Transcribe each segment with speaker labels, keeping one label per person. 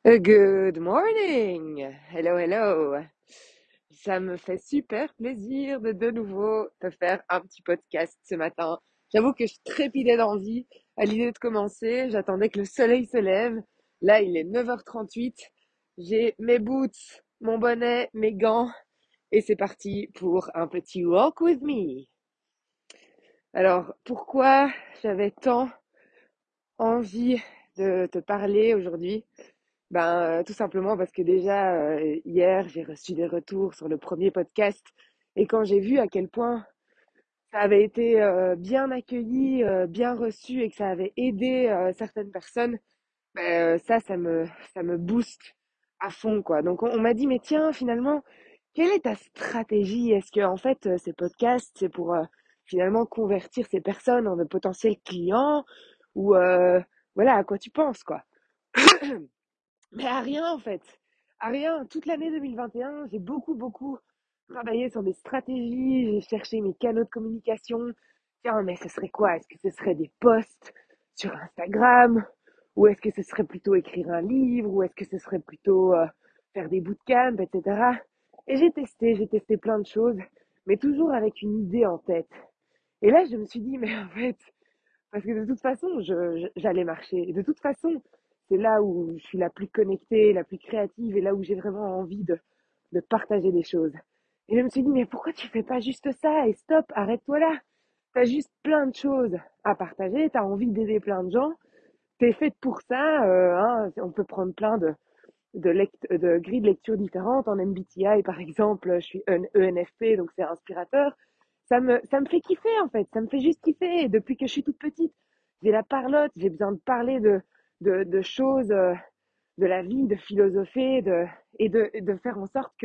Speaker 1: Good morning! Hello, hello! Ça me fait super plaisir de nouveau te faire un petit podcast ce matin. J'avoue que je trépidais d'envie à l'idée de commencer. J'attendais que le soleil se lève. Là, il est 9h38. J'ai mes boots, mon bonnet, mes gants et c'est parti pour un petit walk with me. Alors, pourquoi j'avais tant envie de te parler aujourd'hui? Tout simplement parce que déjà, hier, j'ai reçu des retours sur le premier podcast et quand j'ai vu à quel point ça avait été bien accueilli, bien reçu et que ça avait aidé certaines personnes, ça me booste à fond, quoi. Donc on m'a dit, mais tiens, finalement, quelle est ta stratégie? Est-ce que en fait, ces podcasts, c'est pour finalement convertir ces personnes en de potentiels clients ou voilà, à quoi tu penses, quoi? Mais à rien en fait. À rien. Toute l'année 2021, j'ai beaucoup travaillé sur des stratégies. J'ai cherché mes canaux de communication. Tiens, mais ce serait quoi? Est-ce que ce serait des posts sur Instagram? Ou est-ce que ce serait plutôt écrire un livre? Ou est-ce que ce serait plutôt faire des bootcamps, etc. Et j'ai testé plein de choses, mais toujours avec une idée en tête. Et là, je me suis dit, mais en fait, parce que de toute façon, j'allais marcher. Et de toute façon, c'est là où je suis la plus connectée, la plus créative et là où j'ai vraiment envie de partager des choses. Et je me suis dit, mais pourquoi tu fais pas juste ça et stop, arrête-toi là. T'as juste plein de choses à partager, t'as envie d'aider plein de gens, t'es faite pour ça, hein, on peut prendre plein de grilles de lecture différentes. En MBTI, par exemple, je suis un ENFP, donc c'est inspirateur. Ça me fait kiffer, en fait. Ça me fait juste kiffer. Et depuis que je suis toute petite, j'ai la parlotte, j'ai besoin de parler de choses, de la vie, de philosopher, et de faire en sorte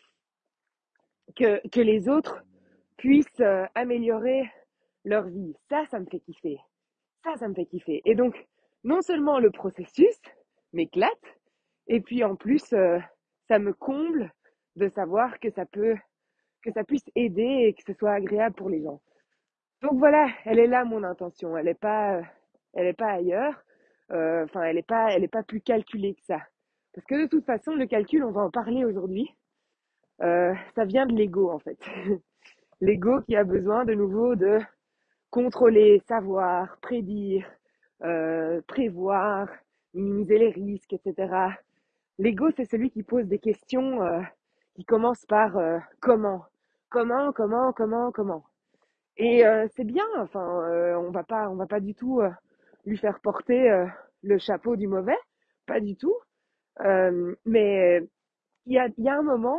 Speaker 1: que les autres puissent améliorer leur vie. Ça me fait kiffer. Ça me fait kiffer. Et donc, non seulement le processus m'éclate, et puis en plus, ça me comble de savoir que ça puisse aider et que ce soit agréable pour les gens. Donc voilà, elle est là mon intention. Elle est pas ailleurs. Enfin, elle est pas plus calculée que ça. Parce que de toute façon, le calcul, on va en parler aujourd'hui. Ça vient de l'ego en fait. L'ego qui a besoin de nouveau de contrôler, savoir, prédire, prévoir, minimiser les risques, etc. L'ego, c'est celui qui pose des questions qui commencent par comment. Et c'est bien. Enfin, on va pas du tout lui faire porter le chapeau du mauvais, pas du tout. Mais il y a un moment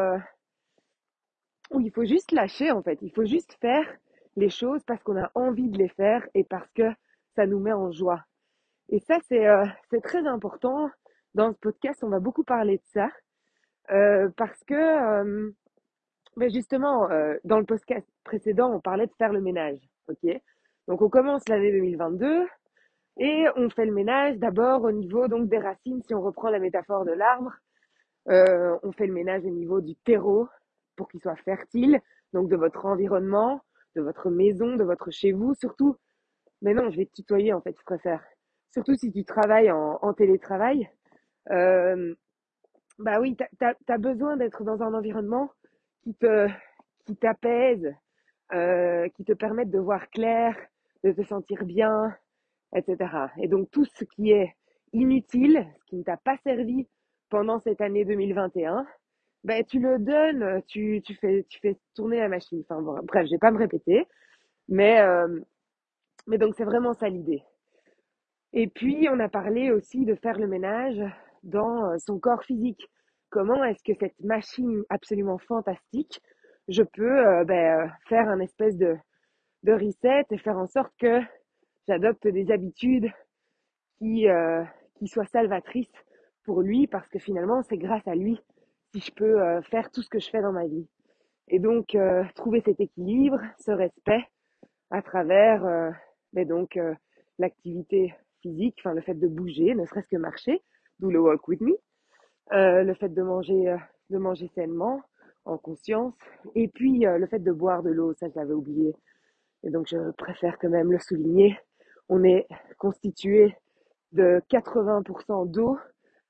Speaker 1: où il faut juste lâcher en fait. Il faut juste faire les choses parce qu'on a envie de les faire et parce que ça nous met en joie. Et ça, c'est très important. Dans ce podcast, on va beaucoup parler de ça. Parce que, justement, dans le podcast précédent, on parlait de faire le ménage. Ok. Donc, on commence l'année 2022 et on fait le ménage d'abord au niveau donc des racines. Si on reprend la métaphore de l'arbre, on fait le ménage au niveau du terreau pour qu'il soit fertile, donc de votre environnement, de votre maison, de votre chez vous, surtout. Mais non, je vais te tutoyer en fait, je préfère. Surtout si tu travailles en télétravail. Euh, Bah oui, t'as besoin d'être dans un environnement qui te, qui t'apaise, qui te permette de voir clair, de te sentir bien, etc. Et donc tout ce qui est inutile, ce qui ne t'a pas servi pendant cette année 2021, ben tu le donnes, tu fais tourner la machine. Enfin bon, bref, je vais pas me répéter, mais euh, mais donc c'est vraiment ça l'idée. Et puis, on a parlé aussi de faire le ménage dans son corps physique. Comment est-ce que cette machine absolument fantastique, je peux faire un espèce de reset et faire en sorte que j'adopte des habitudes qui, euh, qui soient salvatrices pour lui, parce que finalement, c'est grâce à lui si je peux faire tout ce que je fais dans ma vie. Et donc, trouver cet équilibre, ce respect à travers l'activité physique, enfin le fait de bouger, ne serait-ce que marcher, d'où le walk with me, le fait de manger sainement, en conscience, et puis le fait de boire de l'eau, ça je l'avais oublié, et donc je préfère quand même le souligner. On est constitué de 80% d'eau,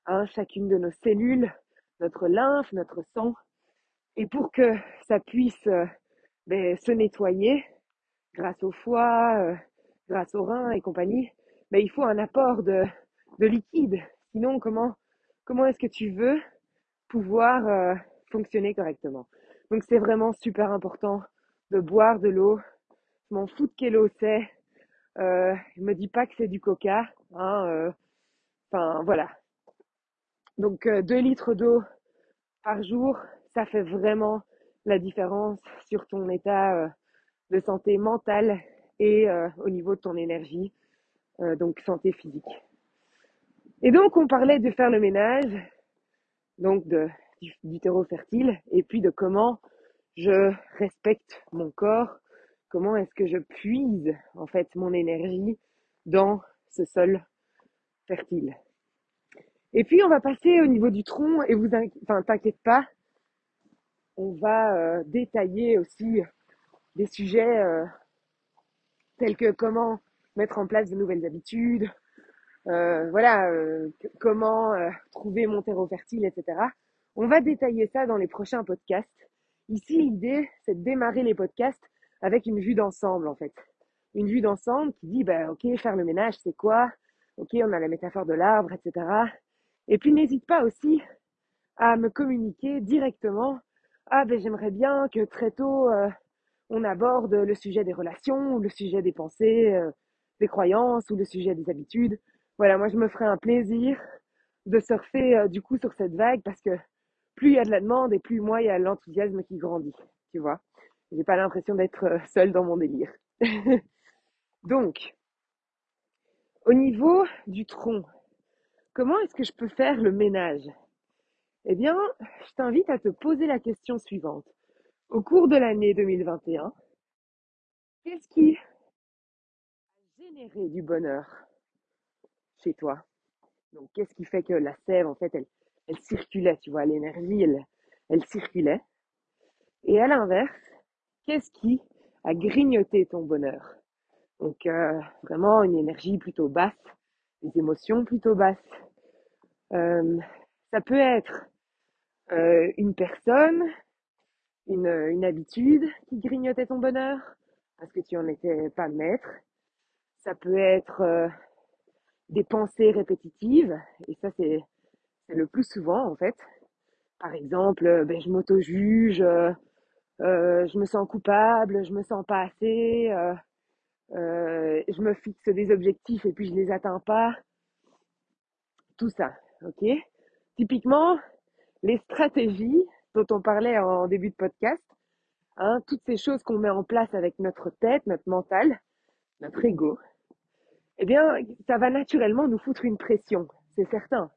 Speaker 1: hein, chacune de nos cellules, notre lymphe, notre sang. Et pour que ça puisse se nettoyer grâce au foie, grâce aux reins et compagnie, il faut un apport de liquide. Sinon, comment est-ce que tu veux pouvoir fonctionner correctement? Donc c'est vraiment super important de boire de l'eau. Je m'en fous de quelle eau c'est. Me dis pas que c'est du coca. Hein, enfin voilà. Donc 2 litres d'eau par jour, ça fait vraiment la différence sur ton état de santé mentale et au niveau de ton énergie, donc santé physique. Et donc on parlait de faire le ménage, donc du terreau fertile, et puis de comment je respecte mon corps, comment est-ce que je puise en fait mon énergie dans ce sol fertile. Et puis on va passer au niveau du tronc, et t'inquiète pas, on va détailler aussi des sujets tels que comment mettre en place de nouvelles habitudes, comment trouver mon terreau fertile, etc. On va détailler ça dans les prochains podcasts. Ici, l'idée, c'est de démarrer les podcasts avec une vue d'ensemble, en fait. Une vue d'ensemble qui dit, ok, faire le ménage, c'est quoi? Ok, on a la métaphore de l'arbre, etc. Et puis, n'hésite pas aussi à me communiquer directement. J'aimerais bien que très tôt, on aborde le sujet des relations, ou le sujet des pensées, des croyances, ou le sujet des habitudes. Voilà, moi je me ferais un plaisir de surfer du coup sur cette vague parce que plus il y a de la demande et plus moi il y a l'enthousiasme qui grandit, tu vois. J'ai pas l'impression d'être seule dans mon délire. Donc, au niveau du tronc, comment est-ce que je peux faire le ménage? Eh bien, je t'invite à te poser la question suivante. Au cours de l'année 2021, qu'est-ce qui a généré du bonheur chez toi? Donc, qu'est-ce qui fait que la sève, en fait, elle circulait, tu vois, l'énergie, elle circulait. Et à l'inverse, qu'est-ce qui a grignoté ton bonheur? Donc, vraiment une énergie plutôt basse, des émotions plutôt basses. Euh, Ça peut être une personne, une habitude qui grignotait ton bonheur parce que tu en étais pas maître. Ça peut être des pensées répétitives, et ça, c'est le plus souvent, en fait. Par exemple, je m'auto-juge, je me sens coupable, je me sens pas assez, je me fixe des objectifs et puis je les atteins pas. Tout ça, ok? Typiquement, les stratégies dont on parlait en début de podcast, hein, toutes ces choses qu'on met en place avec notre tête, notre mental, notre ego, eh bien, ça va naturellement nous foutre une pression, c'est certain.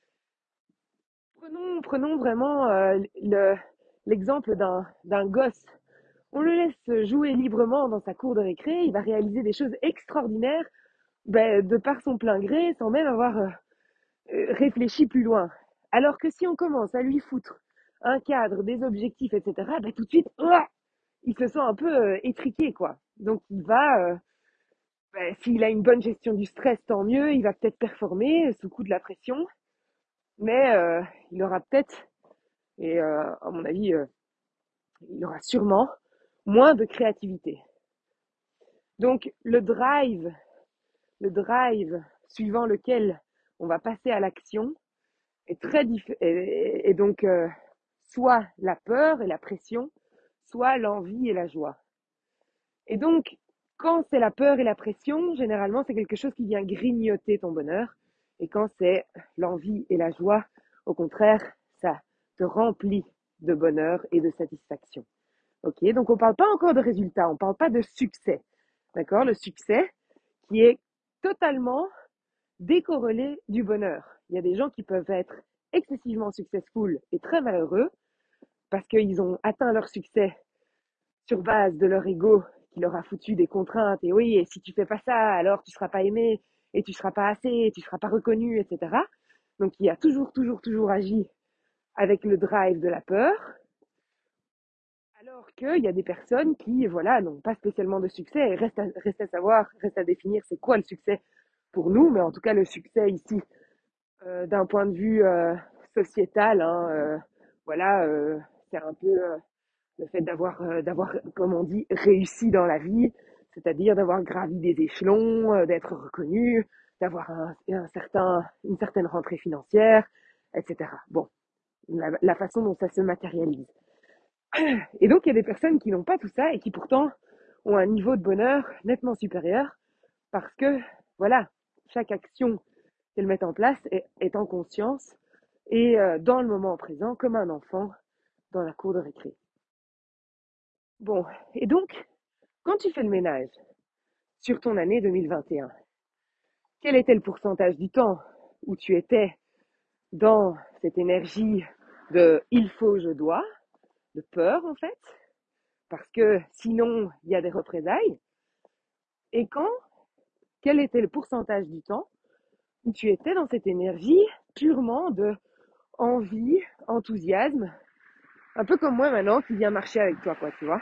Speaker 1: Prenons vraiment l'exemple d'un gosse. On le laisse jouer librement dans sa cour de récré, il va réaliser des choses extraordinaires de par son plein gré, sans même avoir réfléchi plus loin. Alors que si on commence à lui foutre un cadre, des objectifs, etc., tout de suite, il se sent un peu étriqué, quoi. Donc il va, s'il a une bonne gestion du stress, tant mieux, il va peut-être performer sous coup de la pression, mais il aura peut-être, et à mon avis, il aura sûrement moins de créativité. Donc le drive suivant lequel on va passer à l'action est très différent. Et donc, soit la peur et la pression, soit l'envie et la joie. Et donc, quand c'est la peur et la pression, généralement, c'est quelque chose qui vient grignoter ton bonheur. Et quand c'est l'envie et la joie, au contraire, ça te remplit de bonheur et de satisfaction. Ok, donc on ne parle pas encore de résultats, on ne parle pas de succès. D'accord? Le succès qui est totalement décorrélé du bonheur. Il y a des gens qui peuvent être excessivement successful et très malheureux parce qu'ils ont atteint leur succès sur base de leur ego qui leur a foutu des contraintes. Et oui, et si tu fais pas ça, alors tu seras pas aimé, et tu seras pas assez, et tu seras pas reconnu, etc. Donc il a toujours agi avec le drive de la peur. Alors qu'il y a des personnes qui, voilà, n'ont pas spécialement de succès et reste à savoir, reste à définir c'est quoi le succès pour nous, mais en tout cas le succès ici d'un point de vue sociétal, hein, voilà, c'est un peu le fait d'avoir, comme on dit, réussi dans la vie, c'est-à-dire d'avoir gravi des échelons, d'être reconnu, d'avoir une certaine rentrée financière, etc. Bon, la façon dont ça se matérialise. Et donc, il y a des personnes qui n'ont pas tout ça et qui pourtant ont un niveau de bonheur nettement supérieur parce que, voilà, chaque action qu'elles mettent en place est en conscience et dans le moment présent, comme un enfant dans la cour de récré. Bon, et donc, quand tu fais le ménage sur ton année 2021, quel était le pourcentage du temps où tu étais dans cette énergie de il faut, je dois, de peur en fait, parce que sinon il y a des représailles, et quel était le pourcentage du temps où tu étais dans cette énergie purement de envie, enthousiasme, un peu comme moi maintenant qui viens marcher avec toi, quoi, tu vois.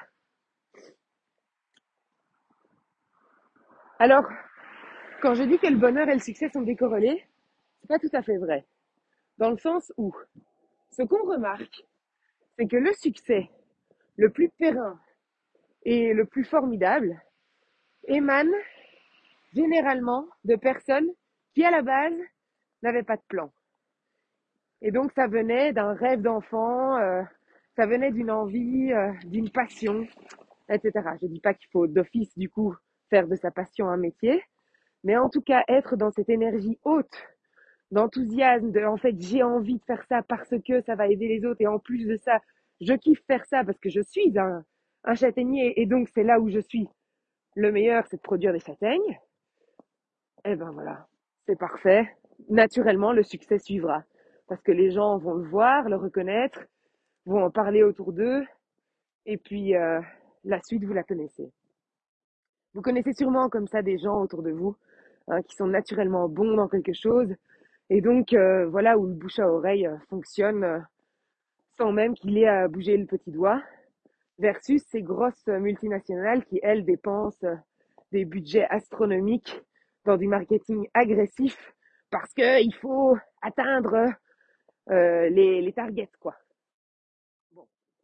Speaker 1: Alors, quand je dis que le bonheur et le succès sont décorrélés, c'est pas tout à fait vrai. Dans le sens où, ce qu'on remarque, c'est que le succès le plus périn et le plus formidable émane généralement de personnes qui, à la base, n'avaient pas de plan. Et donc, ça venait d'un rêve d'enfant, ça venait d'une envie, d'une passion, etc. Je dis pas qu'il faut d'office, du coup, faire de sa passion un métier, mais en tout cas, être dans cette énergie haute d'enthousiasme, en fait, j'ai envie de faire ça parce que ça va aider les autres, et en plus de ça, je kiffe faire ça parce que je suis un châtaignier, et donc c'est là où je suis le meilleur, c'est de produire des châtaignes. Eh ben voilà, c'est parfait. Naturellement, le succès suivra. Parce que les gens vont le voir, le reconnaître, vont en parler autour d'eux, et puis la suite, vous la connaissez. Vous connaissez sûrement comme ça des gens autour de vous, hein, qui sont naturellement bons dans quelque chose, et donc voilà où le bouche à oreille fonctionne sans même qu'il ait à bouger le petit doigt, versus ces grosses multinationales qui, elles, dépensent des budgets astronomiques dans du marketing agressif parce qu'il faut atteindre les targets, quoi. Bon.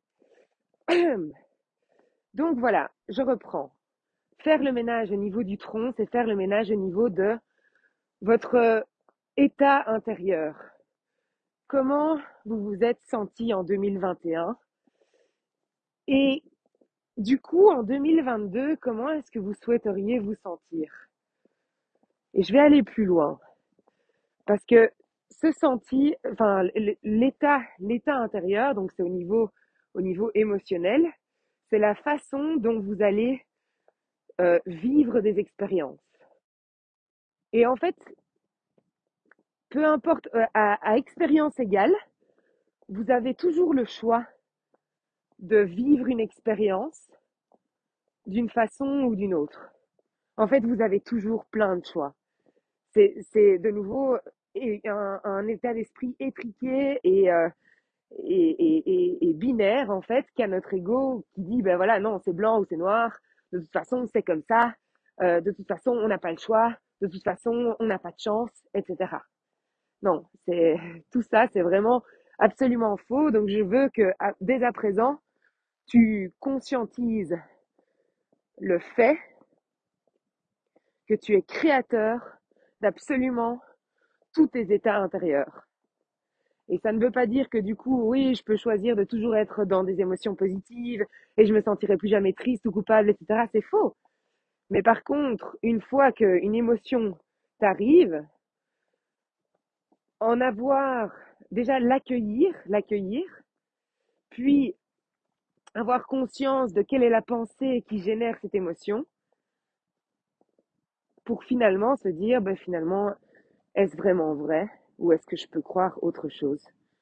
Speaker 1: Donc voilà, je reprends. Faire le ménage au niveau du tronc, c'est faire le ménage au niveau de votre état intérieur. Comment vous vous êtes senti en 2021 et du coup, en 2022, comment est-ce que vous souhaiteriez vous sentir? Et je vais aller plus loin. Parce que se sentir, enfin, l'état intérieur, donc c'est au niveau émotionnel, c'est la façon dont vous allez vivre des expériences. Et en fait, peu importe, à expérience égale, vous avez toujours le choix de vivre une expérience d'une façon ou d'une autre. En fait, vous avez toujours plein de choix. C'est de nouveau un état d'esprit étriqué et binaire, en fait, qu'à notre ego qui dit, ben voilà, non, c'est blanc ou c'est noir, de toute façon, c'est comme ça, de toute façon, on n'a pas le choix, de toute façon, on n'a pas de chance, etc. Non, c'est tout ça, c'est vraiment absolument faux. Donc, je veux que dès à présent, tu conscientises le fait que tu es créateur d'absolument tous tes états intérieurs. Et ça ne veut pas dire que du coup, oui, je peux choisir de toujours être dans des émotions positives et je me sentirai plus jamais triste ou coupable, etc. C'est faux. Mais par contre, une fois qu'une émotion t'arrive, en avoir, déjà l'accueillir, puis avoir conscience de quelle est la pensée qui génère cette émotion, pour finalement se dire, ben finalement, est-ce vraiment vrai ou est-ce que je peux croire autre chose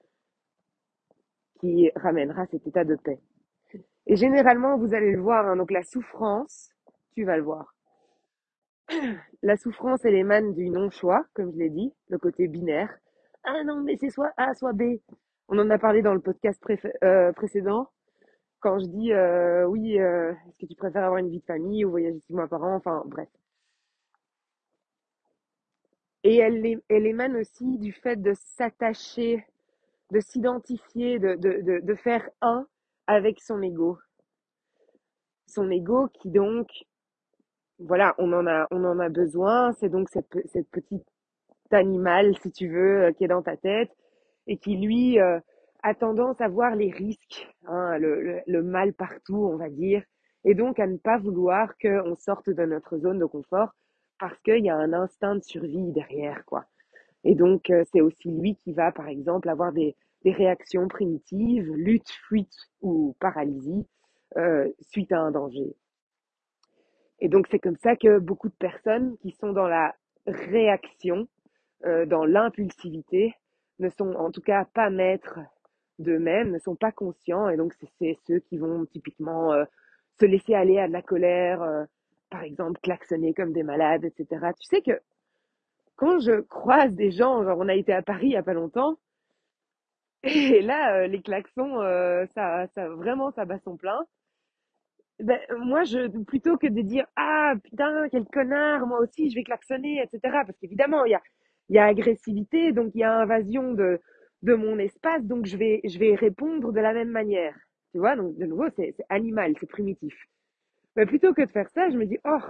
Speaker 1: qui ramènera cet état de paix. Et généralement, vous allez le voir, hein, donc la souffrance, tu vas le voir. La souffrance, elle émane du non-choix, comme je l'ai dit, le côté binaire. Ah non, mais c'est soit A, soit B. On en a parlé dans le podcast précédent, quand je dis oui, est-ce que tu préfères avoir une vie de famille ou voyager 6 mois par an, enfin bref. Et elle émane aussi du fait de s'attacher, de s'identifier, de faire un avec son ego. Son ego qui donc, voilà, on en a besoin. C'est donc cette petite animal, si tu veux, qui est dans ta tête et qui, lui, a tendance à voir les risques, hein, le mal partout, on va dire, et donc à ne pas vouloir qu'on sorte de notre zone de confort parce qu'il y a un instinct de survie derrière, quoi. Et donc, c'est aussi lui qui va, par exemple, avoir des réactions primitives, lutte, fuite ou paralysie suite à un danger. Et donc, c'est comme ça que beaucoup de personnes qui sont dans la réaction, dans l'impulsivité, ne sont en tout cas pas maîtres d'eux-mêmes, ne sont pas conscients. Et donc, c'est ceux qui vont typiquement se laisser aller à de la colère, par exemple, klaxonner comme des malades, etc. Tu sais que quand je croise des gens, genre on a été à Paris il y a pas longtemps, et là, les klaxons, ça vraiment, ça bat son plein. Ben, moi, plutôt que de dire, ah, putain, quel connard, moi aussi, je vais klaxonner, etc. Parce qu'évidemment, il y a agressivité, donc il y a invasion de mon espace, donc je vais répondre de la même manière. Tu vois, donc de nouveau, c'est animal, c'est primitif. Mais plutôt que de faire ça, je me dis, oh,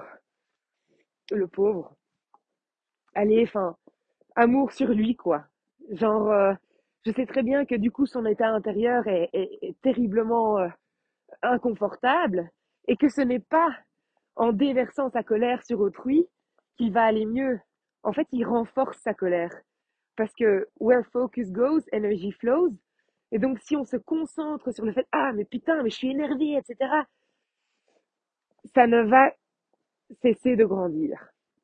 Speaker 1: le pauvre. Allez, enfin, amour sur lui, quoi. Genre, je sais très bien que du coup, son état intérieur est terriblement inconfortable et que ce n'est pas en déversant sa colère sur autrui qu'il va aller mieux. En fait, il renforce sa colère. Parce que where focus goes, energy flows. Et donc, si on se concentre sur le fait, ah, mais putain, mais je suis énervé, etc., ça ne va cesser de grandir.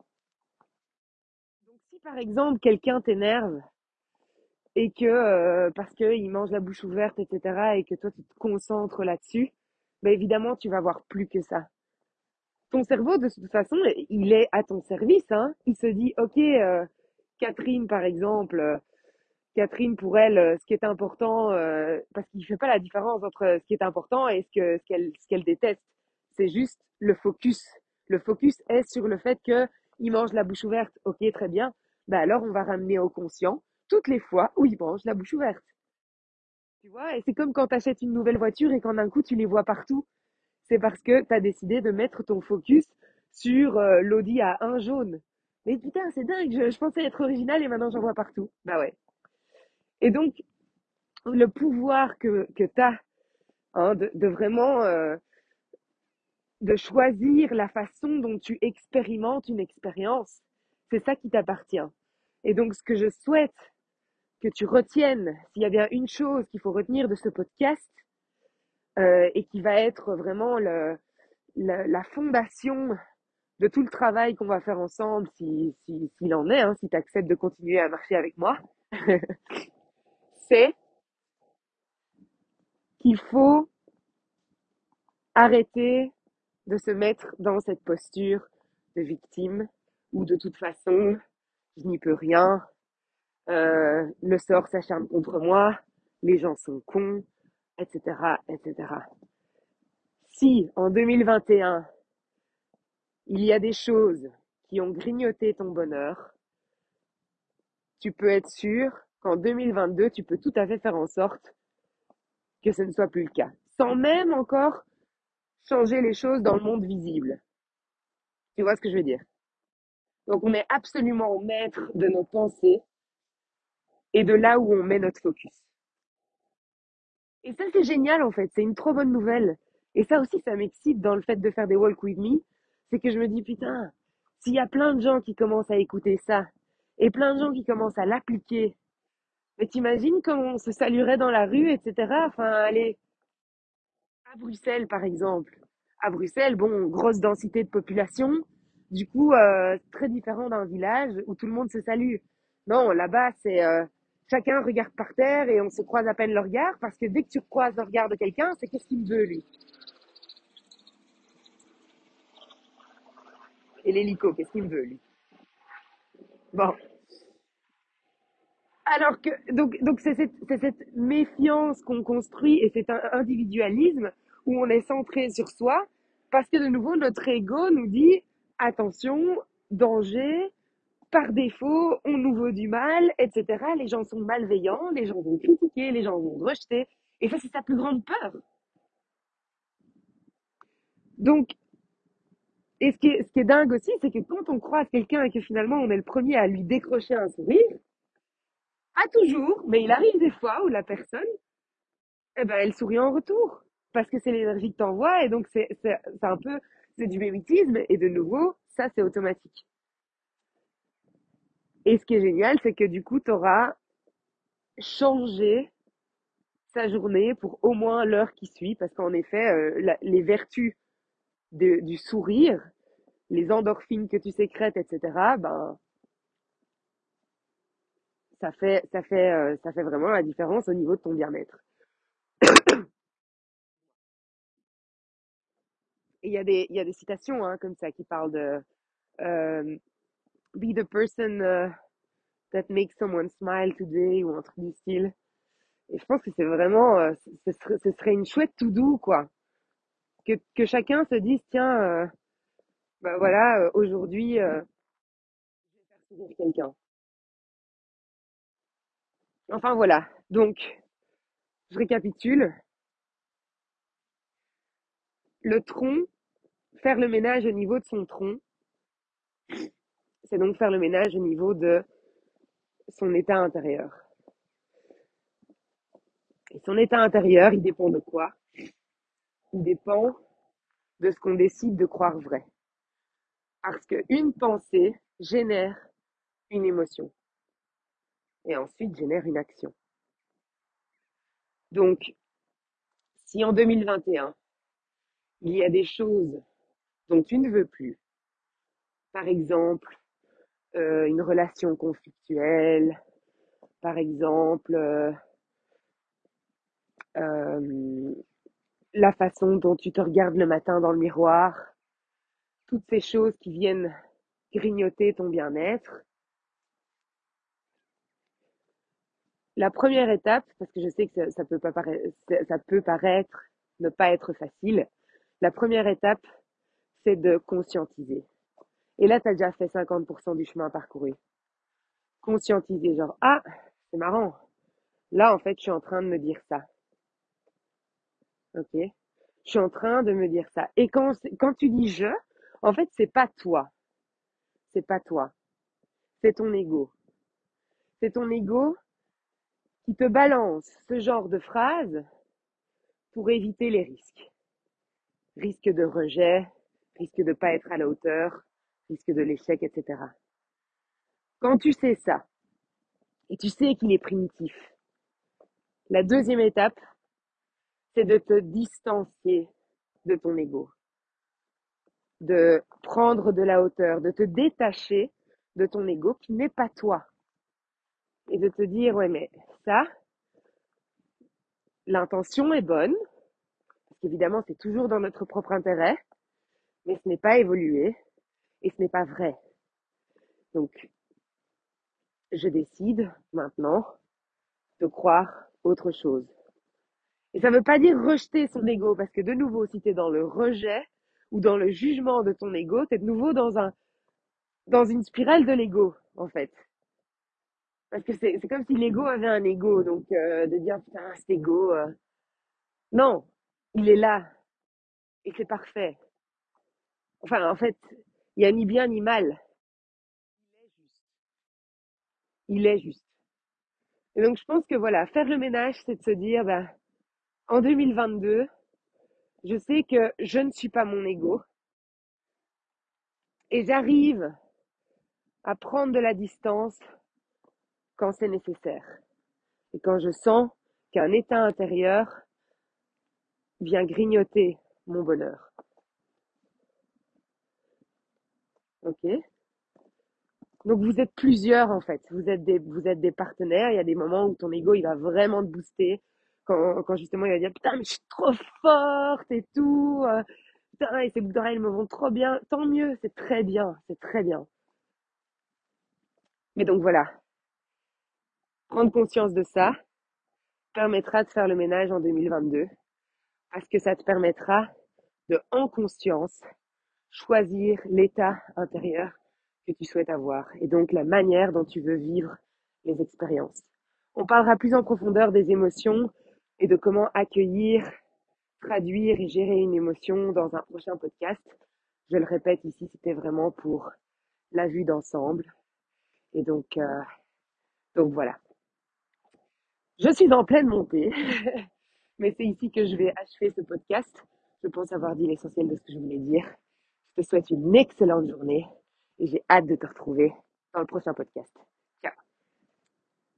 Speaker 1: Donc, si par exemple, quelqu'un t'énerve et que, parce qu'il mange la bouche ouverte, etc., et que toi, tu te concentres là-dessus, ben évidemment, tu vas voir plus que ça. Ton cerveau, de toute façon, il est à ton service, hein. Il se dit, OK, Catherine, par exemple, Catherine, pour elle, ce qui est important, parce qu'il fait pas la différence entre ce qui est important et ce qu'elle déteste. C'est juste le focus. Le focus est sur le fait que il mange la bouche ouverte. OK, très bien. Ben alors, on va ramener au conscient toutes les fois où il mange la bouche ouverte. Tu vois, et c'est comme quand tu achètes une nouvelle voiture et qu'en un coup, tu les vois partout. C'est parce que tu as décidé de mettre ton focus sur l'Audi à un jaune. Mais putain, c'est dingue, je pensais être original et maintenant j'en vois partout. Bah ouais. Et donc, le pouvoir que tu as, hein, de vraiment de choisir la façon dont tu expérimentes une expérience, c'est ça qui t'appartient. Et donc, ce que je souhaite que tu retiennes, s'il y a bien une chose qu'il faut retenir de ce podcast, et qui va être vraiment la fondation de tout le travail qu'on va faire ensemble, s'il en est, hein, si tu acceptes de continuer à marcher avec moi, c'est qu'il faut arrêter de se mettre dans cette posture de victime ou de toute façon, je n'y peux rien, le sort s'acharne contre moi, les gens sont cons, etc., etc. Si en 2021, il y a des choses qui ont grignoté ton bonheur, tu peux être sûr qu'en 2022, tu peux tout à fait faire en sorte que ce ne soit plus le cas, sans même encore changer les choses dans le monde visible. Tu vois ce que je veux dire? Donc on est absolument maître de nos pensées et de là où on met notre focus. Et ça c'est génial en fait, c'est une trop bonne nouvelle. Et ça aussi ça m'excite dans le fait de faire des walk with me, c'est que je me dis putain, s'il y a plein de gens qui commencent à écouter ça et plein de gens qui commencent à l'appliquer, mais t'imagines comment on se saluerait dans la rue, etc. Enfin, allez, à Bruxelles, par exemple. À Bruxelles, bon, grosse densité de population. Du coup, très différent d'un village où tout le monde se salue. Non, là-bas, c'est chacun regarde par terre et on se croise à peine le regard parce que dès que tu croises le regard de quelqu'un, c'est qu'est-ce qu'il me veut, lui. Et l'hélico, qu'est-ce qu'il me veut, lui. Bon. Alors que, donc c'est cette méfiance qu'on construit et cet individualisme où on est centré sur soi parce que de nouveau, notre ego nous dit attention, danger, par défaut, on nous veut du mal, etc. Les gens sont malveillants, les gens vont critiquer, les gens vont rejeter. Et ça, c'est sa plus grande peur. Donc, et ce qui est dingue aussi, c'est que quand on croise quelqu'un et que finalement on est le premier à lui décrocher un sourire, pas toujours, mais il arrive des fois où la personne, eh ben, elle sourit en retour. Parce que c'est l'énergie que t'envoies et donc c'est un peu, c'est du mimétisme et de nouveau, ça c'est automatique. Et ce qui est génial, c'est que du coup, t'auras changé sa journée pour au moins l'heure qui suit parce qu'en effet, les vertus du sourire, les endorphines que tu sécrètes, etc., ben, ça fait vraiment la différence au niveau de ton bien-être. Et il y a des citations hein, comme ça qui parlent de euh, be the person that makes someone smile today ou un truc du style. Et je pense que c'est vraiment, ce serait une chouette to do quoi. Que chacun se dise tiens, bah voilà, aujourd'hui, faire sourire quelqu'un. Enfin voilà. Donc, je récapitule. Le tronc, faire le ménage au niveau de son tronc, c'est donc faire le ménage au niveau de son état intérieur. Et son état intérieur, il dépend de quoi? Il dépend de ce qu'on décide de croire vrai. Parce qu'une pensée génère une émotion et ensuite génère une action. Donc, si en 2021, il y a des choses dont tu ne veux plus, par exemple une relation conflictuelle, par exemple euh, la façon dont tu te regardes le matin dans le miroir, toutes ces choses qui viennent grignoter ton bien-être. La première étape, parce que je sais que ça peut paraître ne pas être facile, la première étape, c'est de conscientiser. Et là, tu as déjà fait 50% du chemin parcouru. Conscientiser, genre, ah, c'est marrant. Là, en fait, je suis en train de me dire ça. Ok? Je suis en train de me dire ça. Et quand tu dis je, en fait, c'est pas toi. C'est pas toi. C'est ton ego. C'est ton ego qui te balance ce genre de phrase pour éviter les risques. Risque de rejet, risque de ne pas être à la hauteur, risque de l'échec, etc. Quand tu sais ça, et tu sais qu'il est primitif, la deuxième étape, c'est de te distancier de ton ego, de prendre de la hauteur, de te détacher de ton ego qui n'est pas toi, et de te dire, ouais, mais ça, l'intention est bonne, parce qu'évidemment, c'est toujours dans notre propre intérêt, mais ce n'est pas évolué, et ce n'est pas vrai. Donc, je décide maintenant de croire autre chose. Et ça ne veut pas dire rejeter son ego, parce que de nouveau, si tu es dans le rejet ou dans le jugement de ton ego, tu es de nouveau dans une spirale de l'ego, en fait. Parce que c'est comme si l'ego avait un ego, donc de dire putain, cet ego, non, il est là et c'est parfait. Enfin, en fait, il n'y a ni bien ni mal, il est juste. Et donc je pense que voilà, faire le ménage, c'est de se dire, ben, en 2022, je sais que je ne suis pas mon ego et j'arrive à prendre de la distance quand c'est nécessaire. Et quand je sens qu'un état intérieur vient grignoter mon bonheur. Ok? Donc vous êtes plusieurs en fait. Vous êtes des partenaires. Il y a des moments où ton ego il va vraiment te booster. Quand justement il va dire putain mais je suis trop forte et tout. Putain et ces boucles d'oreilles me vont trop bien. Tant mieux, c'est très bien, c'est très bien. Mais donc voilà, prendre conscience de ça permettra de faire le ménage en 2022 parce que ça te permettra de en conscience choisir l'état intérieur que tu souhaites avoir et donc la manière dont tu veux vivre les expériences. On parlera plus en profondeur des émotions et de comment accueillir, traduire et gérer une émotion dans un prochain podcast. Je le répète ici, c'était vraiment pour la vue d'ensemble. Et donc voilà. Je suis en pleine montée, mais c'est ici que je vais achever ce podcast. Je pense avoir dit l'essentiel de ce que je voulais dire. Je te souhaite une excellente journée et j'ai hâte de te retrouver dans le prochain podcast.